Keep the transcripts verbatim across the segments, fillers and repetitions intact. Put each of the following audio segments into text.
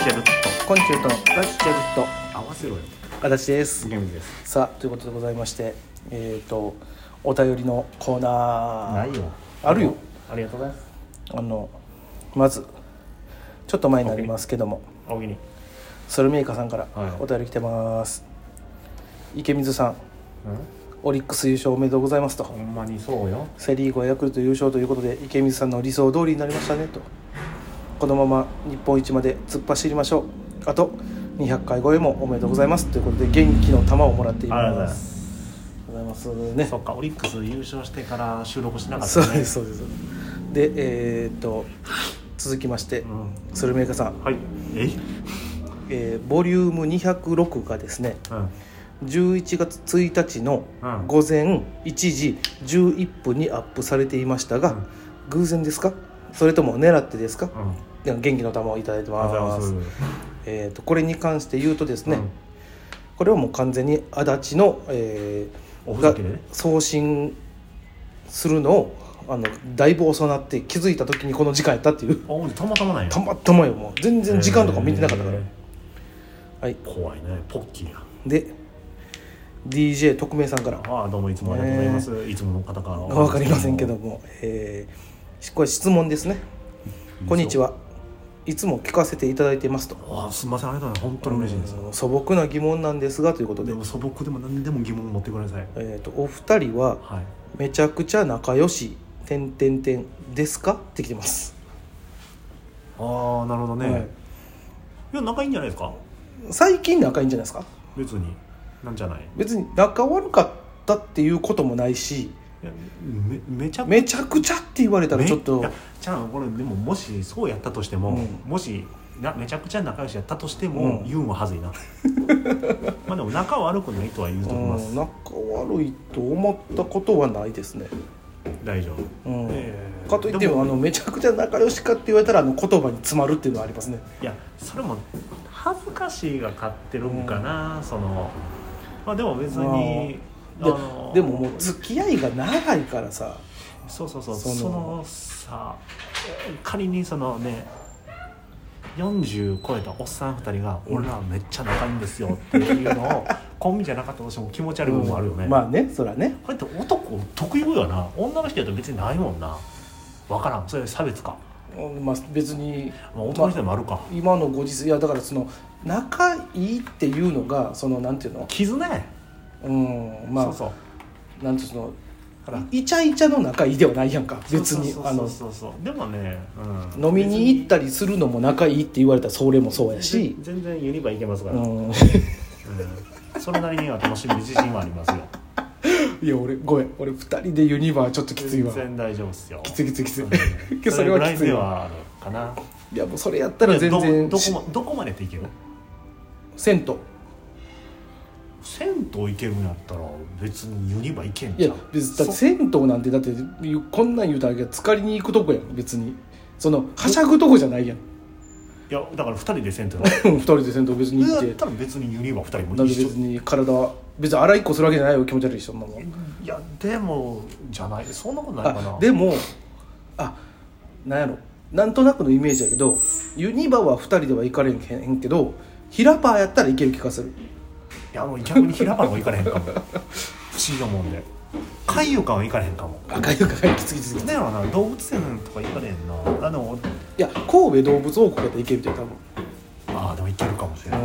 チェルット昆虫とラッチェルット合わせろよ。 形です。 ゲームです。 さあということでございまして、えーとお便りのコーナーないよ。 あるよ。 ありがとうございます。 あのまずちょっと前になりますけども、 おぎにソルメイカさんからはいお便り来てます、池水さん、 うんオリックス優勝おめでとうございますと。 ほんまにそうよ。 セリーグはヤクルト優勝ということで池水さんの理想通りになりましたねと。このまま日本一まで突っ走りましょう。あとにひゃっかい超えもおめでとうございますということで元気の玉をもらっていありがとうございま。 ますす。 ございますね。 そっか、オリックス優勝してから収録しなかったそうね。 ですそうです。でえー、っと続きまして、 うん、 スルメイカさん、 はい。ええー、ボリュームにひゃくろくがですね、 うんじゅういちがつついたちのうん午前いちじじゅういっぷんにアップされていましたが、 うん偶然ですか、それとも狙ってですか。 うんで元気の玉をいただいてありがとうございま。 ますす。 えー、とこれに関して言うとですね、 うんこれはもう完全に足立の、えー、がおふざけでね。 送信するのをあのだいぶ遅なって気づいた時にこの時間やったっていう、 あ、たまたまなんや。 たまたまよ。もう全然時間とか見てなかったから、 へはい。 ー怖いね、ポッキーや。 で ディージェー 特命さんから、 ああ、どうもいつもありがとうございます。いつもの方から分かりませんけども、えー、これ質問ですね。こんにちは、いつも聞かせていただいてますと。 ああ、すみません、ありがとうございます。本当に嬉しいです。 うん素朴な疑問なんですがということで、 でも素朴でも何でも疑問持ってください。 えー、とお二人ははい。 めちゃくちゃ仲良し点点点ですかってきてます、 ああ、なるほどね。 はい、 いや、仲いいんじゃないですか。 最近仲いいんじゃないですか。 別になんじゃない。 別に仲悪かったっていうこともないし、 いや、めめちゃめちゃくちゃって言われたらちょっといや、ちゃう、これでももしそうやったとしても、 うんもしなめちゃくちゃ仲良しやったとしても、 うん言うんははずいな。まあでも仲悪くないとは言うと思います。 うん、仲悪いと思ったことはないですね、 大丈夫。 うんえーかといってでもあのめちゃくちゃ仲良しかって言われたらあの言葉に詰まるっていうのはありますね。 いや、それも恥ずかしいが勝ってるんかな、うん、そのまあでも別にで, でももう付き合いが長いからさ、 そうそうそう、 そのそのさ、仮にそのねよんじゅう超えたおっさんふたりが、うん、俺らめっちゃ仲いいんですよっていうのをコンビじゃなかったとしても気持ち悪い部分もあるよね、 うん、まあね、そらね、 これって男得意よな。女の人やと別にないもんな。分からん、それ差別か。 まあ、別に、 まあ、男の人でもあるか、まあ、 今のご時世、いやだからその仲いいっていうのがそのなんていうの、 絆や。 うんまあそうそうなんていうそのイチャイチャの仲いいではないやんか別に。 そうそうそうそうでもね、うん、 飲みに行ったりするのも仲いいって言われたらそれもそうやし、 全然ユニバ行けますから、 うんうん、それなりには楽しみ自信はありますよ。 いや俺ごめん、俺ふたりでユニバーちょっときついわ。 全然大丈夫っすよ。 きついきついきつい、 うん、 それはきついわ。 はあるかな。 いやもうそれやったら全然ど, ど, こどこまでっていける。 銭湯銭湯行けるんやったら別にユニバ行けんいやじゃん。 別にだって銭湯なんてだってこんなん言うたら浸かりに行くとこやん。別にそのはしゃぐとこじゃないやん。 いやだからふたりで銭湯ふたりで銭湯別に行ってだったら別にユニバふたりもだって一緒。 別に体は別に洗いっこするわけじゃないよ。気持ち悪いしそんなもん。 いやでもじゃない、そんなことないかな。 あでもあなんやろなんとなくのイメージやけどユニバはふたりでは行かれへんけどヒラパーやったらいける気がする。 いやもう逆に平場の方行かれへんかも。不思議なもんで海遊館は行かれへんかも。 赤いよかいきつきつきつ。 だよな、動物園とか行かれへんな。あでもいや神戸動物王国やったらいけるって多分。 ああでも行けるかもしれない。 うん、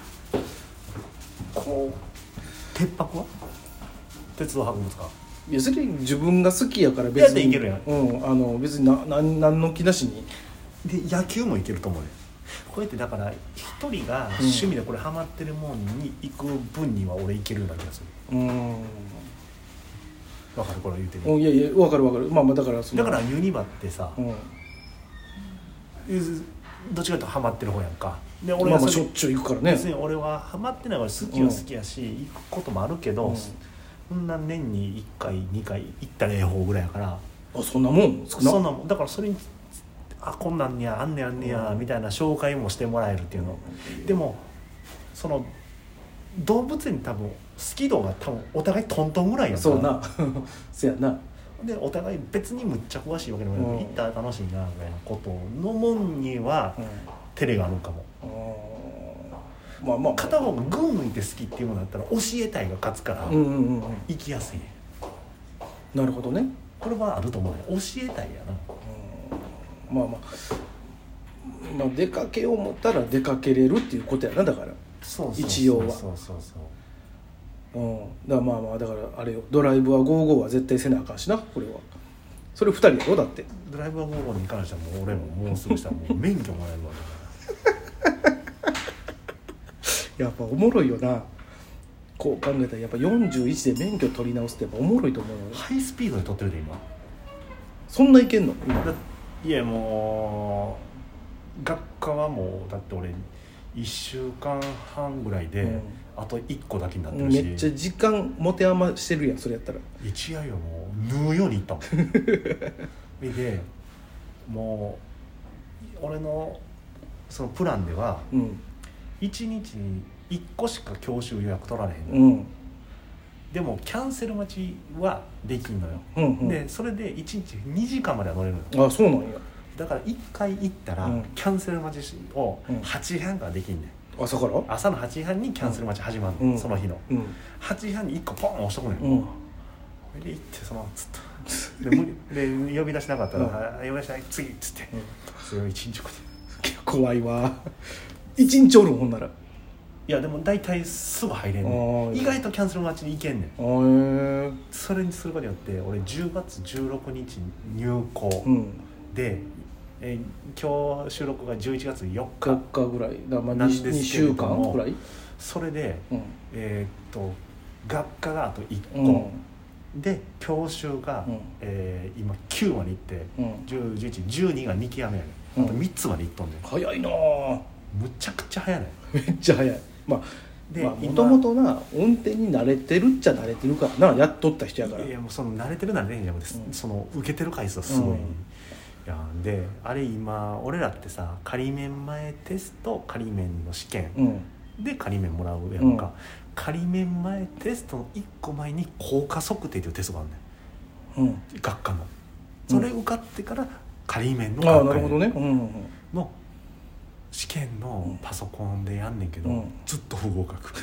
こう鉄泊は鉄道博物館。 いやそれ自分が好きやから別にやっていけるやん。 うんあの別にな何何の気なしに。 で野球も行けると思うね。こうやってだから一人が趣味でこれハマってるもんに行く分には俺行けるような気がする。 うんわかるこれ言ってる。 いやいや分かる分かる。まあまあだからそのだからユニバってさ、 うん、 どっちかというとハマってる方やんか。で俺はまあしょっちゅう行くからね。 別に俺はハマってないから好きは好きやし、うん、行くこともあるけど、うん、そんな年にいっかいにかい行ったらええ方ぐらいやから。 あそんなもん少な。 そんなもんだからそれにあこんなんにゃあんねやあんねや、うん、みたいな紹介もしてもらえるっていうの。でもその動物園に多分好き度が多分お互いトントンぐらいやんか。 そうなそうやな。 でお互い別にむっちゃ詳しいわけでもない、うん、行ったら楽しいなみたいなことのもんには、うん、 照れがあるんかも。 あまあまあ片方が群抜いて好きっていうのだったら教えたいが勝つからうんうんうんうん行きやすいね。 なるほどね。 これはあると思うね。教えたいやな。 まあまあまあ出かけよう思ったら出かけれるっていうことやな。だからそうそうそう一応はそうそうそううんだからまあまあだからあれよドライブはゴーゴーは絶対せなあかんしな。これはそれふたりやろだって。 ドライブはゴーゴーに関してはもう俺ももうすぐしたらもう免許もらえるわやっぱおもろいよな。こう考えたらやっぱよんじゅういちで免許取り直すってやっぱおもろいと思うよ。 ハイスピードで撮ってるで今。 そんないけんの今。 だいやもう学科はもうだって俺いっしゅうかんはんぐらいで、うん、あといっこだけになってるし、 めっちゃ時間持て余してるやんそれやったら。 一夜よもう縫うようにいったもんでもう俺のそのプランでは、うん、いちにちにいっこしか教習予約取られへんの、うん、でもキャンセル待ちはできんのよ、うんうん、でそれでいちにちにじかんまでは乗れるのよ。 あ、そうなんや。 だからいっかい行ったら、うん、キャンセル待ちをはちじはんからできんねん。朝から朝のはちじはんにキャンセル待ち始まるの、うん、その日の、うん、はちじはんにいっこポン押しとくねん、うん、で行ってそのつっとでで呼び出しなかったら「うん、呼び出しない次」っつって、うん、それをいちにちこで怖いわいちにちおるんほんなら。 いやでも大体すぐ入れんねん。意外とキャンセル待ちに行けんねん。 あそれにすることによって俺じゅうがつじゅうろくにち入校、うん、で、えー、今日収録がじゅういちがつよっかよっかぐらいだ、まあ、なんですけれどもにしゅうかんぐらいそれで、うん、えー、っと学科があといっこ、うん、で教習が、うんえー、今きゅうまで行って、うん、じゅう、じゅういち、じゅうにがにきやめやねん。あとみっつまで行っとんねん。 早いなむちゃくちゃ早いねん。めっちゃ早い。まあもともとな運転に慣れてるっちゃ慣れてるからな。やっとった人やから。 いやもうその慣れてる慣れてへんじゃなくて、うん、その受けてる回数はすごい、うん、いやであれ今俺らってさ仮免前テスト仮免の試験、うん、で仮免もらうやんか、うん、仮免前テストのいっこまえに効果測定というテストがあるねん、うん、学科のそれ受かってから仮免の学科、 あ、なるほどね、うんうん、 の試験のパソコンでやんねんけど、うん、ずっと不合格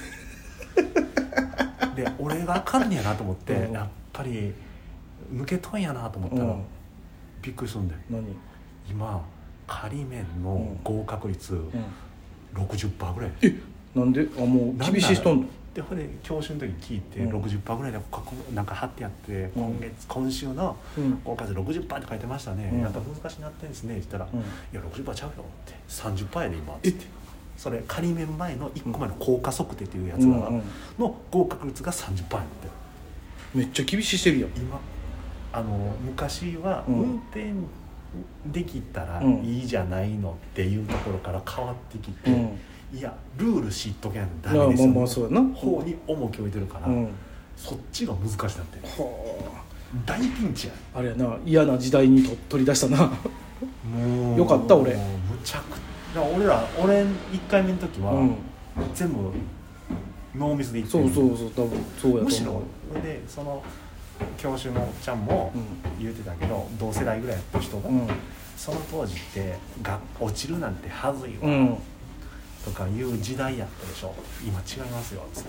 で俺があかんねやなと思って、うん、やっぱり抜けとんやなと思ったら、うん、びっくりするんだよ。 何今仮免の合格率、うん、ろくじゅっパーセント ぐらい。 え、なんで？あ、もう厳しいしとんの？ でこれ教習の時に聞いて、うん、ろくじゅっパーセント ぐらいでなんか貼ってやって、うん、今月今週の合格率 ろくじゅっパーセント って書いてましたね、うん、やっぱ難しくなってんですねって言ったら、うん、いや ろくじゅっパーセント ちゃうよって さんじゅっパーセント やで今って言って、それ仮免前のいっこまえの効果測定っていうやつがの合格率が さんじゅっパーセント やってめっちゃ厳しいしてるやん。 今あの昔は運転できたらいいじゃないのっていうところから変わってきて、うん、いやルール知っとけんダメですよ、まあまあそうやな方に重きを置いてるから、うん、そっちが難しくなってる。大ピンチや。あれやな、嫌な時代にと取り出したなもうよかった俺。むちゃくちゃ俺ら俺いっかいめの時は、うん、全部ノーミスでいってる。 そうそうそう、多分そうやと思う。 むしろでその教師のおっちゃんも言うてたけど、うん、同世代ぐらいやった人が、うん、その当時ってが落ちるなんてはずいわ、うんとかいう時代やったでしょ。今違いますよつって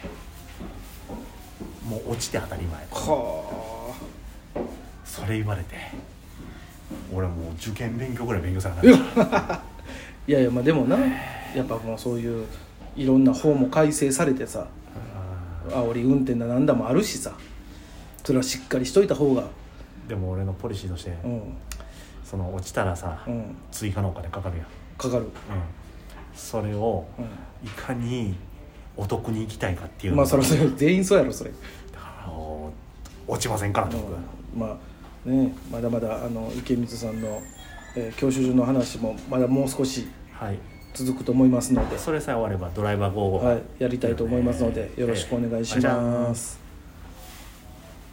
言われて、もう落ちて当たり前。はあ。それ言われて俺もう受験勉強ぐらい勉強されなかったいやいや、まあでもなやっぱもうそういういろんな法も改正されてさ、煽り運転だなんだもあるしさ、それはしっかりしといた方が。 でも俺のポリシーとして、うん、その落ちたらさ、うん、追加のお金かかるやん。 かかる、うん、 それをいかにお得に行きたいかっていうの、 まあそれ全員そうやろそれ。 だから落ちませんからね、 うん、まあね、まだまだあの池水さんの、えー、教習所の話もまだもう少し続くと思いますので、はい、 それさえ終わればドライバーゴーゴー、 はい、やりたいと思いますので、よろしくお願いします。